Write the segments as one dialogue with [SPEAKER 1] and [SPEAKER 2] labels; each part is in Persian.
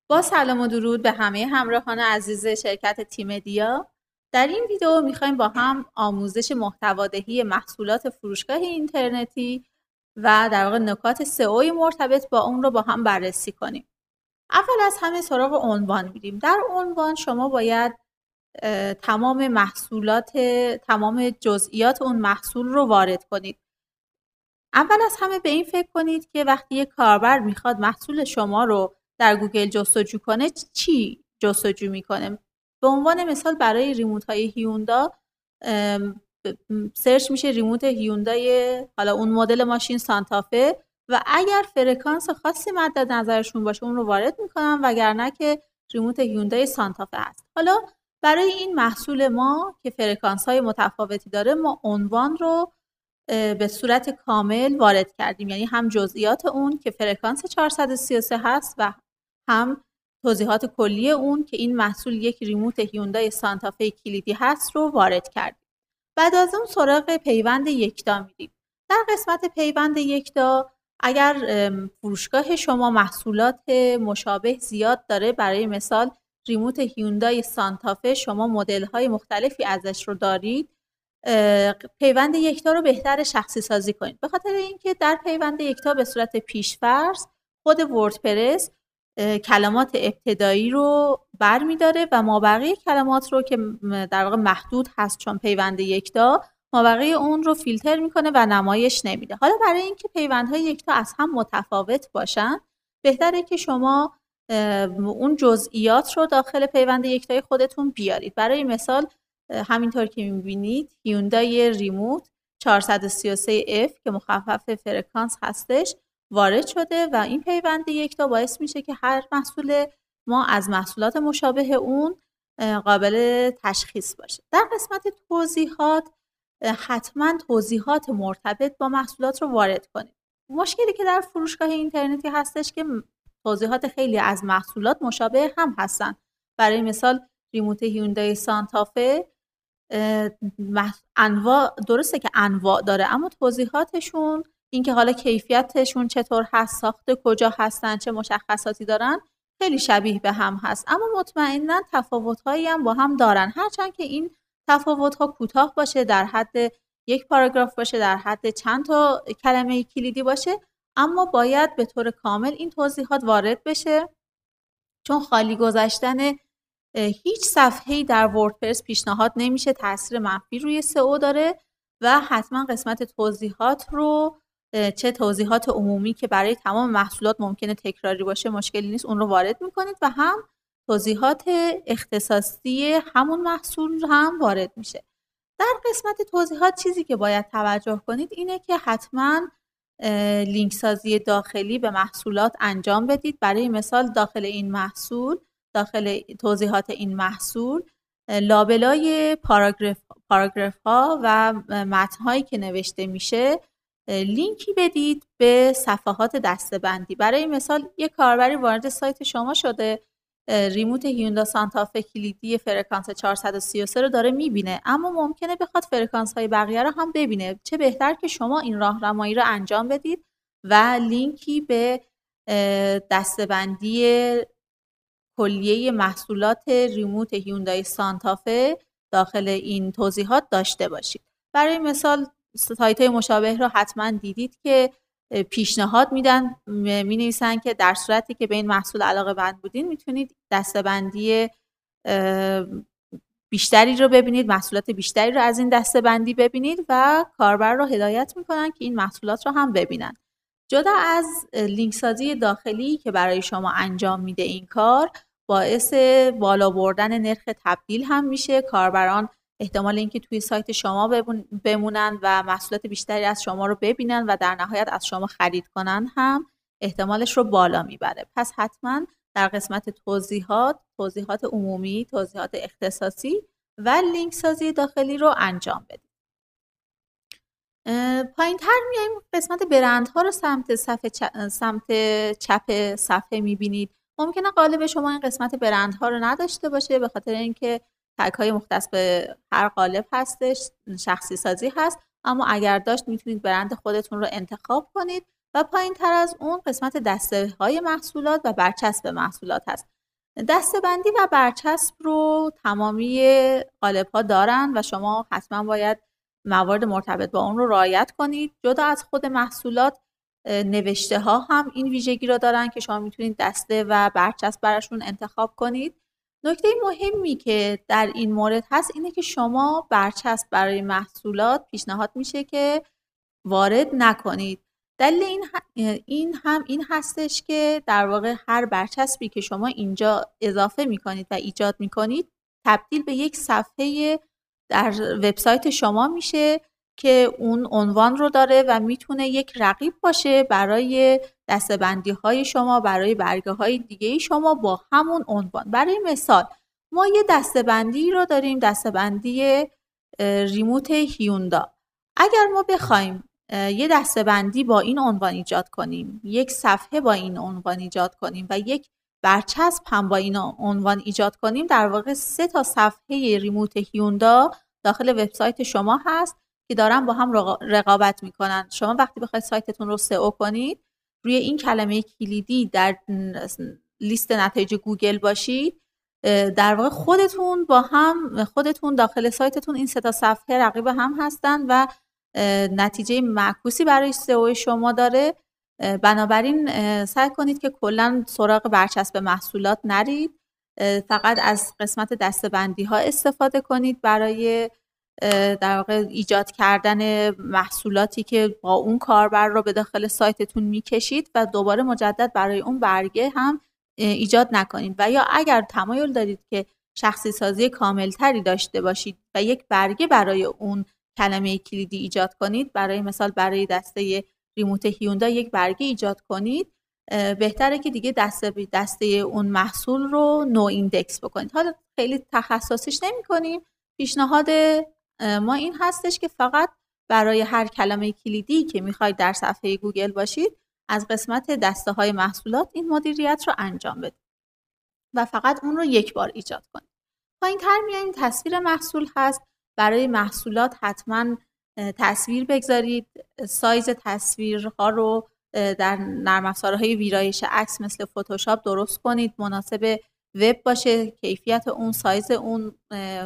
[SPEAKER 1] با سلام و درود به همه همراهان عزیز شرکت تیم دیا. در این ویدیو میخوایم با هم آموزش محتوادهی محصولات فروشگاه اینترنتی و در واقع نکات سئو مرتبط با اون رو با هم بررسی کنیم. اول از همه سراغ عنوان میریم. در عنوان شما باید تمام جزئیات اون محصول رو وارد کنید. اول از همه به این فکر کنید که وقتی یک کاربر میخواد محصول شما رو در گوگل جستجو کنه چی جستجو میکنه؟ به عنوان مثال برای ریموت های هیوندا سرچ میشه ریموت هیوندای حالا اون مدل ماشین سانتافه و اگر فرکانس خاصی مد نظرشون باشه اون رو وارد میکنن وگرنه که ریموت هیوندای سانتافه هست. حالا برای این محصول ما که فرکانس های متفاوتی داره ما عنوان رو به صورت کامل وارد کردیم، یعنی هم جزئیات اون که فرکانس 433 هست و هم توضیحات کلی اون که این محصول یک ریموت هیوندای سانتافه کلیدی هست رو وارد کردیم. بعد از اون سراغ پیوند یکتا میریم. در قسمت پیوند یکتا اگر فروشگاه شما محصولات مشابه زیاد داره، برای مثال ریموت هیوندای سانتافه شما مدل های مختلفی ازش رو دارید، پیوند یکتا رو بهتر شخصی سازی کنید، به خاطر اینکه در پیوند یکتا به صورت پیش‌فرض خود وردپرس کلمات ابتدایی رو برمی‌داره و مابقی کلمات رو که در واقع محدود هست چون پیوند یکتا، مابقی اون رو فیلتر میکنه و نمایش نمیده. حالا برای اینکه پیوندهای یکتا از هم متفاوت باشن بهتره که شما اون جزئیات رو داخل پیوند یکتای خودتون بیارید. برای مثال همینطور که میبینید هیوندای ریموت 433F که مخفف فرکانس هستش وارد شده و این پیوند یکتا باعث میشه که هر محصول ما از محصولات مشابه اون قابل تشخیص باشه. در قسمت توضیحات حتما توضیحات مرتبط با محصولات رو وارد کنید. مشکلی که در فروشگاه اینترنتی هستش که توضیحات خیلی از محصولات مشابه هم هستن. برای مثال ریموت هیوندای سانتافه انواع، درسته که انواع داره اما توضیحاتشون، اینکه حالا کیفیتشون چطور هست، ساخت کجا هستن، چه مشخصاتی دارن، خیلی شبیه به هم هست اما مطمئنا تفاوت‌هایی هم با هم دارن، هرچند که این تفاوت‌ها کوتاه باشه، در حد یک پاراگراف باشه، در حد چند تا کلمه کلیدی باشه، اما باید به طور کامل این توضیحات وارد بشه چون خالی گذاشتن هیچ صفحه‌ای در وردپرس پیشنهاد نمیشه، تاثیر منفی روی سئو داره و حتما قسمت توضیحات رو، چه توضیحات عمومی که برای تمام محصولات ممکنه تکراری باشه مشکلی نیست، اون رو وارد میکنید و هم توضیحات اختصاصی همون محصول هم وارد میشه. در قسمت توضیحات چیزی که باید توجه کنید اینه که حتما لینک سازی داخلی به محصولات انجام بدید. برای مثال داخل این محصول، داخل توضیحات این محصول، لابلای پاراگراف ها و متن هایی که نوشته میشه لینکی بدید به صفحات دسته‌بندی. برای مثال یک کاربری وارد سایت شما شده، ریموت هیوندا سانتافه کلیدی فرکانس 433 رو داره میبینه اما ممکنه بخواد فرکانس های بقیه رو هم ببینه. چه بهتر که شما این راهنمایی رو انجام بدید و لینکی به دسته‌بندی کلیه محصولات ریموت هیوندای سانتافه داخل این توضیحات داشته باشید. برای مثال سایت های مشابه رو حتما دیدید که پیشنهاد میدن، می نویسن که در صورتی که به این محصول علاقه مند بودین میتونید دسته‌بندی بیشتری رو ببینید، محصولات بیشتری رو از این دسته‌بندی ببینید و کاربر رو هدایت میکنن که این محصولات رو هم ببینن. جدا از لینک سازی داخلی که برای شما انجام میده این کار، باعث بالا بردن نرخ تبدیل هم میشه. کاربران احتمال اینکه توی سایت شما بمونن و محصولات بیشتری از شما رو ببینن و در نهایت از شما خرید کنن هم احتمالش رو بالا میبره. پس حتما در قسمت توضیحات عمومی، توضیحات اختصاصی و لینک سازی داخلی رو انجام بدید. پایین تر میایم قسمت برندها رو سمت چپ صفحه میبینید. ممکنه قالب شما این قسمت برندها رو نداشته باشه به خاطر اینکه تگ های مختص به هر قالب هستش، شخصی سازی هست، اما اگر داشت میتونید برند خودتون رو انتخاب کنید و پایین تر از اون قسمت دسته های محصولات و برچسب محصولات هست. دسته‌بندی و برچسب رو تمامی قالب‌ها دارن و شما حتما باید موارد مرتبط با اون رو رعایت کنید. جدا از خود محصولات، نوشته ها هم این ویژگی رو دارن که شما میتونید دسته و برچسب براشون انتخاب کنید. نکته مهمی که در این مورد هست اینه که شما برچسب برای محصولات پیشنهاد میشه که وارد نکنید. دلیل این هستش که در واقع هر برچسبی که شما اینجا اضافه میکنید و ایجاد میکنید تبدیل به یک صفحه در وبسایت شما میشه که اون عنوان رو داره و میتونه یک رقیب باشه برای دسته‌بندی های شما، برای برگه های دیگه شما با همون عنوان. برای مثال ما یه دسته‌بندی رو داریم، دسته‌بندی ریموت هیوندا. اگر ما بخوایم یه دسته‌بندی با این عنوان ایجاد کنیم، یک صفحه با این عنوان ایجاد کنیم و یک برچسب هم با این عنوان ایجاد کنیم، در واقع 3 تا صفحه ریموت هیوندا داخل وبسایت شما هست که دارن با هم رقابت میکنن. شما وقتی بخواید سایتتون رو سئو کنید، روی این کلمه کلیدی در لیست نتایج گوگل باشید، در واقع خودتون داخل سایتتون این 3 تا صفحه رقیب هم هستن و نتیجه معکوسی برای سئو شما داره. بنابراین سعی کنید که کلا سراغ برچسب محصولات نرید، فقط از قسمت دسته‌بندی ها استفاده کنید برای در واقع ایجاد کردن محصولاتی که با اون کاربر رو به داخل سایتتون میکشید و دوباره مجدد برای اون برگه هم ایجاد نکنید. و یا اگر تمایل دارید که شخصی سازی کامل تری داشته باشید و یک برگه برای اون کلمه کلیدی ایجاد کنید، برای مثال برای دسته ریموت هیوندا یک برگه ایجاد کنید، بهتره که دیگه دسته اون محصول رو نو ایندکس بکنید. حالا خیلی تخصصیش نمی کنیم. پیشنهاد ما این هستش که فقط برای هر کلمه کلیدی که میخواید در صفحه گوگل باشید، از قسمت دسته های محصولات این مدیریت رو انجام بدید و فقط اون رو یک بار ایجاد کنید. پایین‌تر میایم تصویر محصول هست. برای محصولات حتما تصویر بگذارید. سایز تصویرها رو در نرم افزارهای ویرایش عکس مثل فتوشاپ درست کنید، مناسب وب باشه، کیفیت اون، سایز اون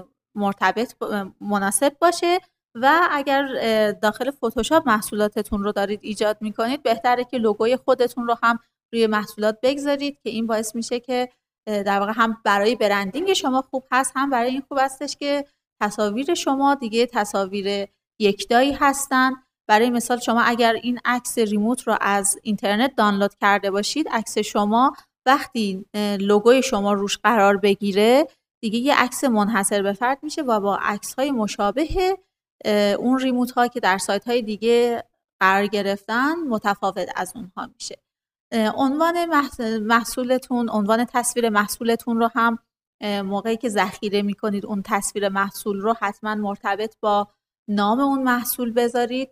[SPEAKER 1] مناسب باشه. و اگر داخل فتوشاپ محصولاتتون رو دارید ایجاد میکنید، بهتره که لوگوی خودتون رو هم روی محصولات بگذارید که این باعث میشه که در واقع هم برای برندینگ شما خوب هست، هم برای این خوب هستش که تصاویر شما دیگه تصاویر یکتایی هستن. برای مثال شما اگر این عکس ریموت رو از اینترنت دانلود کرده باشید، عکس شما وقتی لوگوی شما روش قرار بگیره دیگه یه عکس منحصر به فرد میشه و با عکس‌های مشابه اون ریموت ها که در سایت های دیگه قرار گرفتن متفاوت از اونها میشه. عنوان محصولتون، عنوان تصویر محصولتون رو هم موقعی که ذخیره میکنید اون تصویر محصول رو حتما مرتبط با نام اون محصول بذارید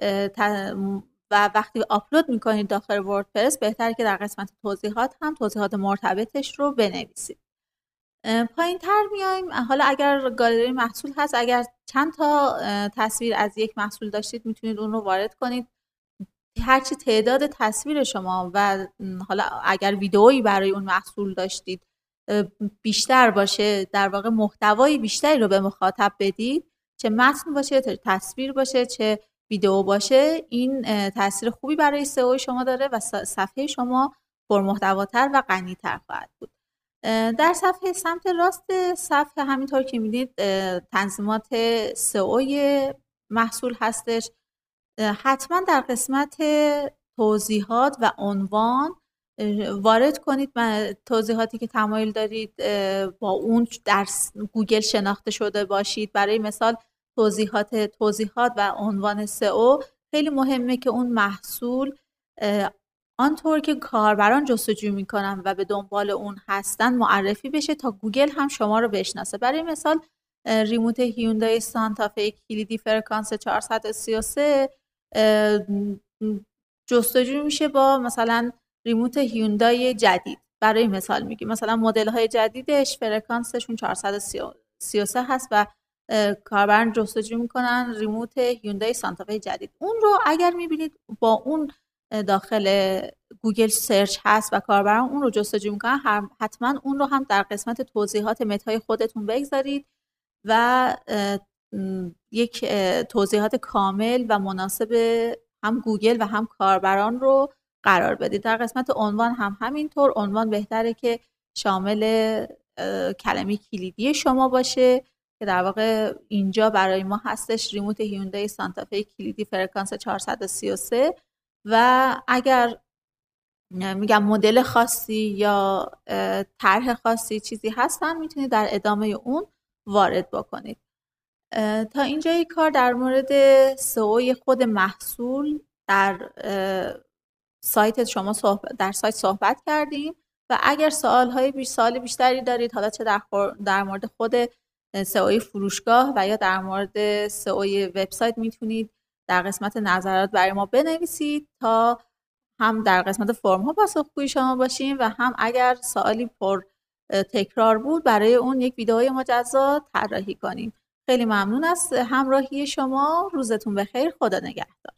[SPEAKER 1] و وقتی آپلود میکنید داخل وردپرس بهتره که در قسمت توضیحات هم توضیحات مرتبطش رو بنویسید. پایین تر میایم. حالا اگر گالری محصول هست، اگر چند تا تصویر از یک محصول داشتید میتونید اون رو وارد کنید. هرچی تعداد تصویر شما و حالا اگر ویدئویی برای اون محصول داشتید بیشتر باشه، در واقع محتوای بیشتری رو به مخاطب بدید، چه متن باشه، چه تصویر باشه، چه ویدئو باشه، این تاثیر خوبی برای سئو شما داره و صفحه شما پرمحتواتر و غنی‌تر خواهد بود. در صفحه سمت راست صفحه همینطور که میدید تنظیمات سئو محصول هستش. حتما در قسمت توضیحات و عنوان وارد کنید توضیحاتی که تمایل دارید با اون در گوگل شناخته شده باشید. برای مثال توضیحات و عنوان سئو خیلی مهمه که اون محصول آنطور که کاربران جستجو میکنن و به دنبال اون هستن معرفی بشه تا گوگل هم شما رو بشناسه. برای مثال ریموت هیوندای سانتافه کلیدی فرکانس 433 جستجو میشه با مثلا ریموت هیوندای جدید. برای مثال میگیم مثلا مدل های جدیدش فرکانسشون 433 هست و کاربران جستجو میکنن ریموت هیوندای سانتافه جدید. اون رو اگر میبینید با اون داخل گوگل سرچ هست و کاربران اون رو جستجو میکنن، حتما اون رو هم در قسمت توضیحات متای خودتون بگذارید و یک توضیحات کامل و مناسب هم گوگل و هم کاربران رو قرار بدید. در قسمت عنوان هم همینطور، عنوان بهتره که شامل کلمه کلیدی شما باشه که در واقع اینجا برای ما هستش ریموت هیوندای سانتافه کلیدی فرکانس 433 و اگر میگم مدل خاصی یا طرح خاصی چیزی هستن میتونید در ادامه اون وارد بکنید. تا اینجای کار در مورد سئو خود محصول در سایت شما صحبت کردیم و اگر سوال بیشتری دارید، حالا چه در مورد خود سئو فروشگاه و یا در مورد سئو وبسایت، میتونید در قسمت نظرات برای ما بنویسید تا هم در قسمت فرم ها پاسخگوی شما باشیم و هم اگر سوالی پر تکرار بود برای اون یک ویدئوی مجزا طراحی کنیم. خیلی ممنون از همراهی شما. روزتون بخیر. خدا نگهدار.